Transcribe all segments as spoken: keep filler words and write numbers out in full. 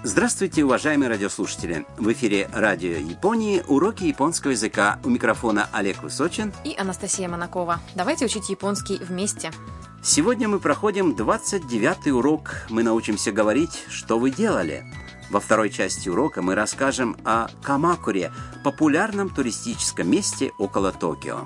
Здравствуйте, уважаемые радиослушатели! В эфире Радио Японии, уроки японского языка. У микрофона Олег Высочин и Анастасия Монакова. Давайте учить японский вместе. Сегодня мы проходим двадцать девятый урок. Мы научимся говорить, что вы делали. Во второй части урока мы расскажем о Камакуре, популярном туристическом месте около Токио.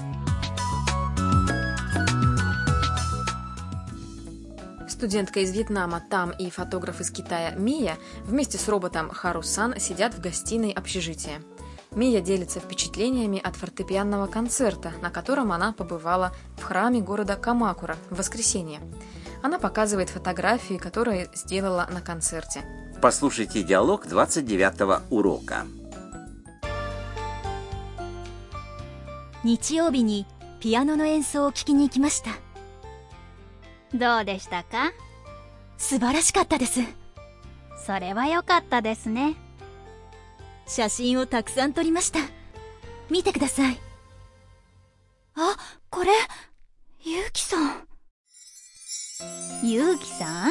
Студентка из Вьетнама Там и фотограф из Китая Мия вместе с роботом Хару-сан сидят в гостиной общежития. Мия делится впечатлениями от фортепианного концерта, на котором она побывала в храме города Камакура в воскресенье. Она показывает фотографии, которые сделала на концерте. Послушайте диалог двадцать девятого урока. 日曜日にピアノの演奏を聴きに行きました。 どうでしたか？ 素晴らしかったです。 それは良かったですね。 写真をたくさん撮りました。見てください。あ、これ、ゆうきさん。 ゆうきさん？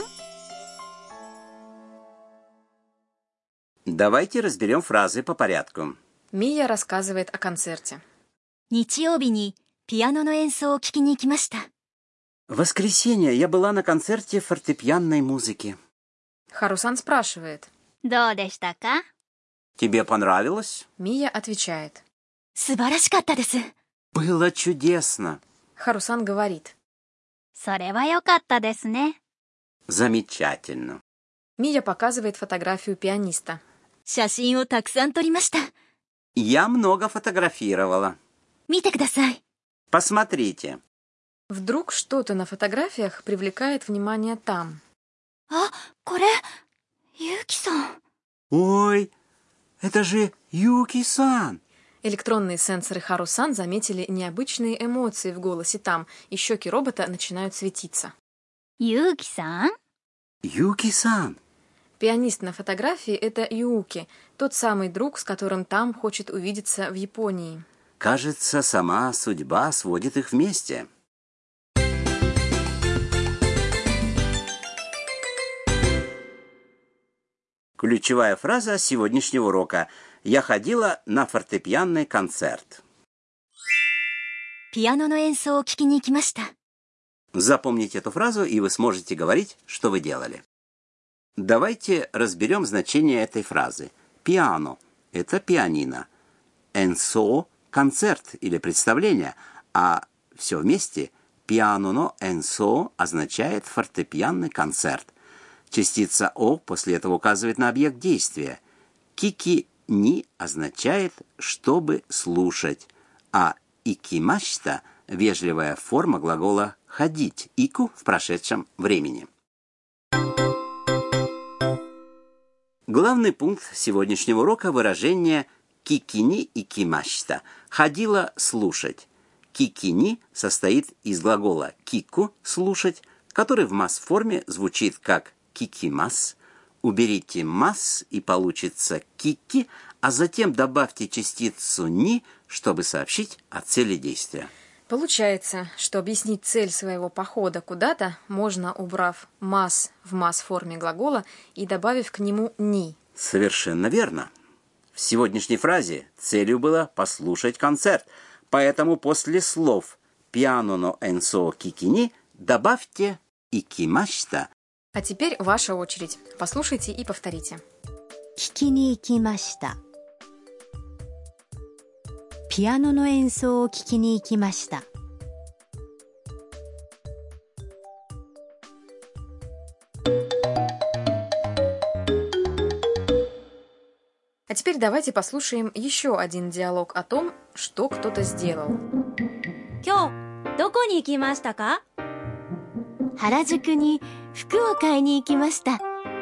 Давайте разберем фразы по порядку. Мия рассказывает о концерте. 日曜日にピアノの演奏を聴きに行きました。 В воскресенье я была на концерте фортепианной музыки. Харусан спрашивает. どうでしたか? Тебе понравилось? Мия отвечает. 素晴らしかったです。 Было чудесно. Харусан говорит. それは良かったですね。 Замечательно. Мия показывает фотографию пианиста. 写真をたくさん撮りました。 Я много фотографировала. 見てください。 Посмотрите. Вдруг что-то на фотографиях привлекает внимание Там. あ、これ、ゆうきさん。 Ой, это же Юки-сан. Электронные сенсоры Харусан заметили необычные эмоции в голосе Там, и щеки робота начинают светиться. ゆうきさん? Юки-сан. Пианист на фотографии — это Юки, тот самый друг, с которым Там хочет увидеться в Японии. Кажется, сама судьба сводит их вместе. Ключевая фраза сегодняшнего урока. Я ходила на фортепианный концерт. ピアノの演奏を聴きに行きました。 Запомните эту фразу, и вы сможете говорить, что вы делали. Давайте разберем значение этой фразы. Пиано – это пианино. Энсо – концерт или представление, а все вместе пиано но энсо означает фортепианный концерт. Частица «о» после этого указывает на объект действия. «Кики-ни» означает «чтобы слушать», а «икимашта» – вежливая форма глагола «ходить», «ику» в прошедшем времени. Главный пункт сегодняшнего урока – выражение «кикини икимашта» – «ходила слушать». «Кикини» состоит из глагола «кику» – «слушать», который в масс-форме звучит как «кикимас». Уберите «мас» и получится «кики», а затем добавьте частицу «ни», чтобы сообщить о цели действия. Получается, что объяснить цель своего похода куда-то можно, убрав «мас» в масс-форме глагола и добавив к нему «ни». Совершенно верно. В сегодняшней фразе целью было послушать концерт, поэтому после слов «пиано но энсо кикини» добавьте «икимашта». А теперь ваша очередь. Послушайте и повторите. 聴きに行きました。ピアノの演奏を聴きに行きました。 А теперь давайте послушаем еще один диалог о том, что кто-то сделал. 今日、どこに行きましたか? 原宿に服を買いに行きました。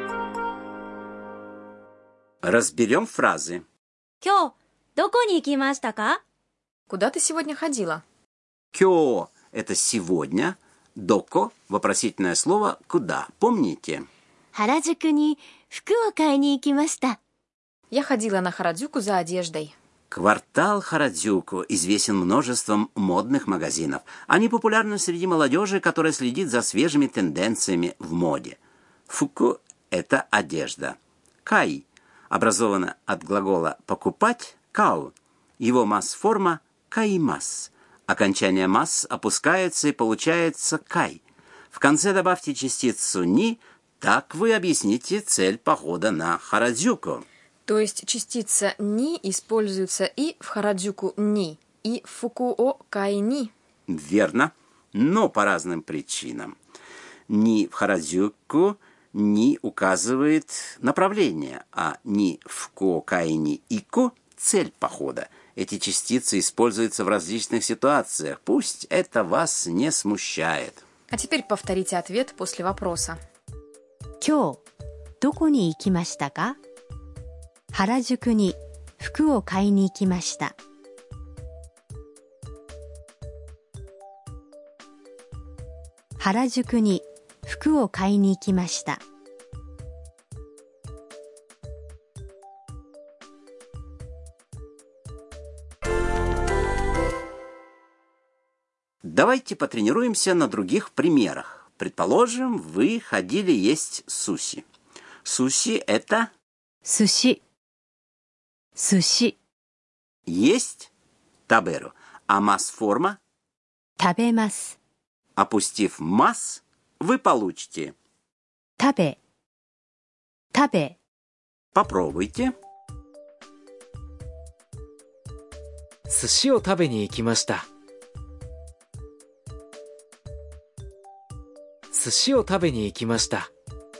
Разберем фразы. 今日、どこに行きましたか? Куда ты сегодня ходила? «Кё» – это «сегодня», «доко» – вопросительное слово «куда». Помните? 原宿に服を買いに行きました。 Я ходила на Харадзюку за одеждой. Квартал Харадзюку известен множеством модных магазинов. Они популярны среди молодежи, которая следит за свежими тенденциями в моде. Фуку – это одежда. кай, образовано от глагола «покупать» – кау. Его масс-форма – каймас. Окончание масс опускается и получается кай. В конце добавьте частицу «ни», так вы объясните цель похода на Харадзюку. То есть частица «ни» используется и в Харадзюку «ни», и в Фукуо «кай-ни». Верно, но по разным причинам. «Ни» в Харадзюку «ни» указывает направление, а «ни» в Фукуо-кай-ни «ику» – цель похода. Эти частицы используются в различных ситуациях. Пусть это вас не смущает. А теперь повторите ответ после вопроса. 今日どこに行きましたか？原宿に服を買いに行きました。原宿に服を買いに行きました。 Давайте потренируемся на других примерах. Предположим, вы ходили есть суси. Суси – это 寿司寿司 есть таберу, а масс-форма, 食べます опустив масс, вы получите. 食べ食べ Попробуйте. 寿司を食べに行きました。寿司を食べに行きました。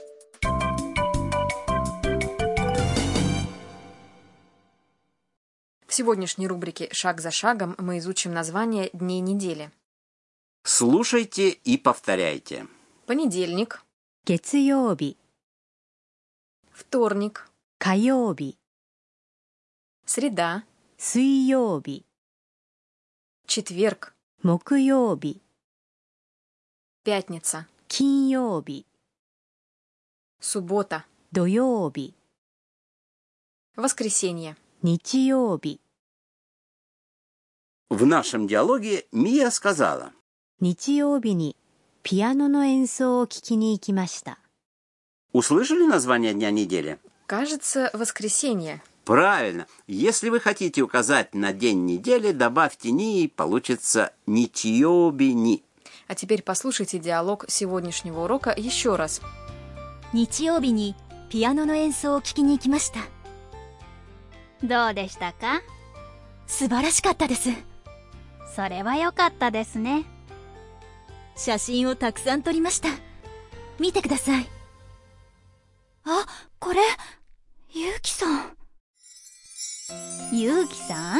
В сегодняшней рубрике «Шаг за шагом» мы изучим название дней недели. Слушайте и повторяйте. Понедельник, 月曜日 вторник, 火曜日 среда, 水曜日 четверг, 木曜日 пятница, 金曜日 суббота, 土曜日 воскресенье. 日曜日 В нашем диалоге Мия сказала: 日曜日にピアノの演奏を聴きに行きました。 Услышали название дня недели? Кажется, воскресенье. Правильно. Если вы хотите указать на день недели, добавьте «ни» и получится «ничиоби-ни». А теперь послушайте диалог сегодняшнего урока еще раз. 日曜日にピアノの演奏を聴きに行きました。 どうでしたか？ 素晴らしかったです。 それは良かったですね。 写真をたくさん撮りました。見てください。あ、これ、ゆうきさん。 ゆうきさん？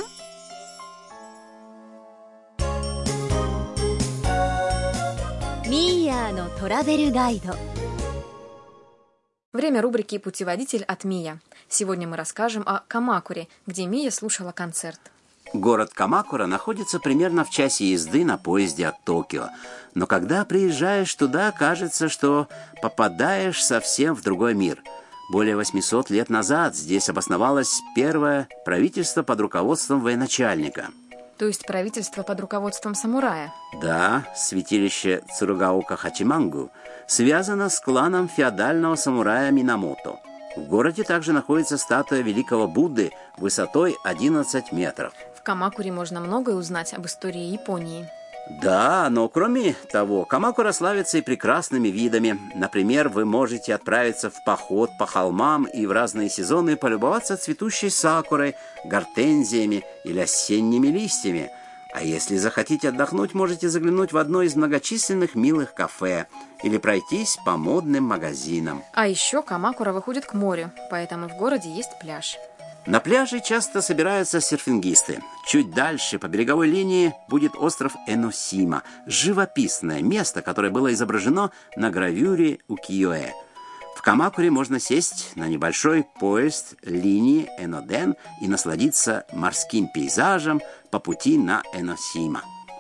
ミーヤーのトラベルガイド。 Время рубрики «Путеводитель от Мия». Сегодня мы расскажем о Камакуре, где Мия слушала концерт. Город Камакура находится примерно в часе езды на поезде от Токио. Но когда приезжаешь туда, кажется, что попадаешь совсем в другой мир. Более восьмисот лет назад здесь обосновалось первое правительство под руководством военачальника. То есть правительство под руководством самурая. Да, святилище Цуругаока Хачимангу связано с кланом феодального самурая Минамото. В городе также находится статуя великого Будды высотой одиннадцать метров. В Камакуре можно многое узнать об истории Японии. Да, но кроме того, Камакура славится и прекрасными видами. Например, вы можете отправиться в поход по холмам и в разные сезоны полюбоваться цветущей сакурой, гортензиями или осенними листьями. А если захотите отдохнуть, можете заглянуть в одно из многочисленных милых кафе или пройтись по модным магазинам. А еще Камакура выходит к морю, поэтому в городе есть пляж. На пляже часто собираются серфингисты. Чуть дальше по береговой линии будет остров Эносима, живописное место, которое было изображено на гравюре укиё-э. В Камакуре можно сесть на небольшой поезд линии Эноден и насладиться морским пейзажем по пути на Эносима.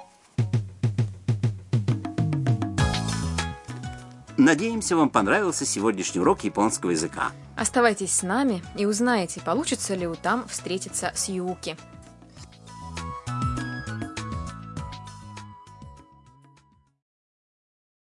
Надеемся, вам понравился сегодняшний урок японского языка. Оставайтесь с нами и узнаете, получится ли у там встретиться с Юуки.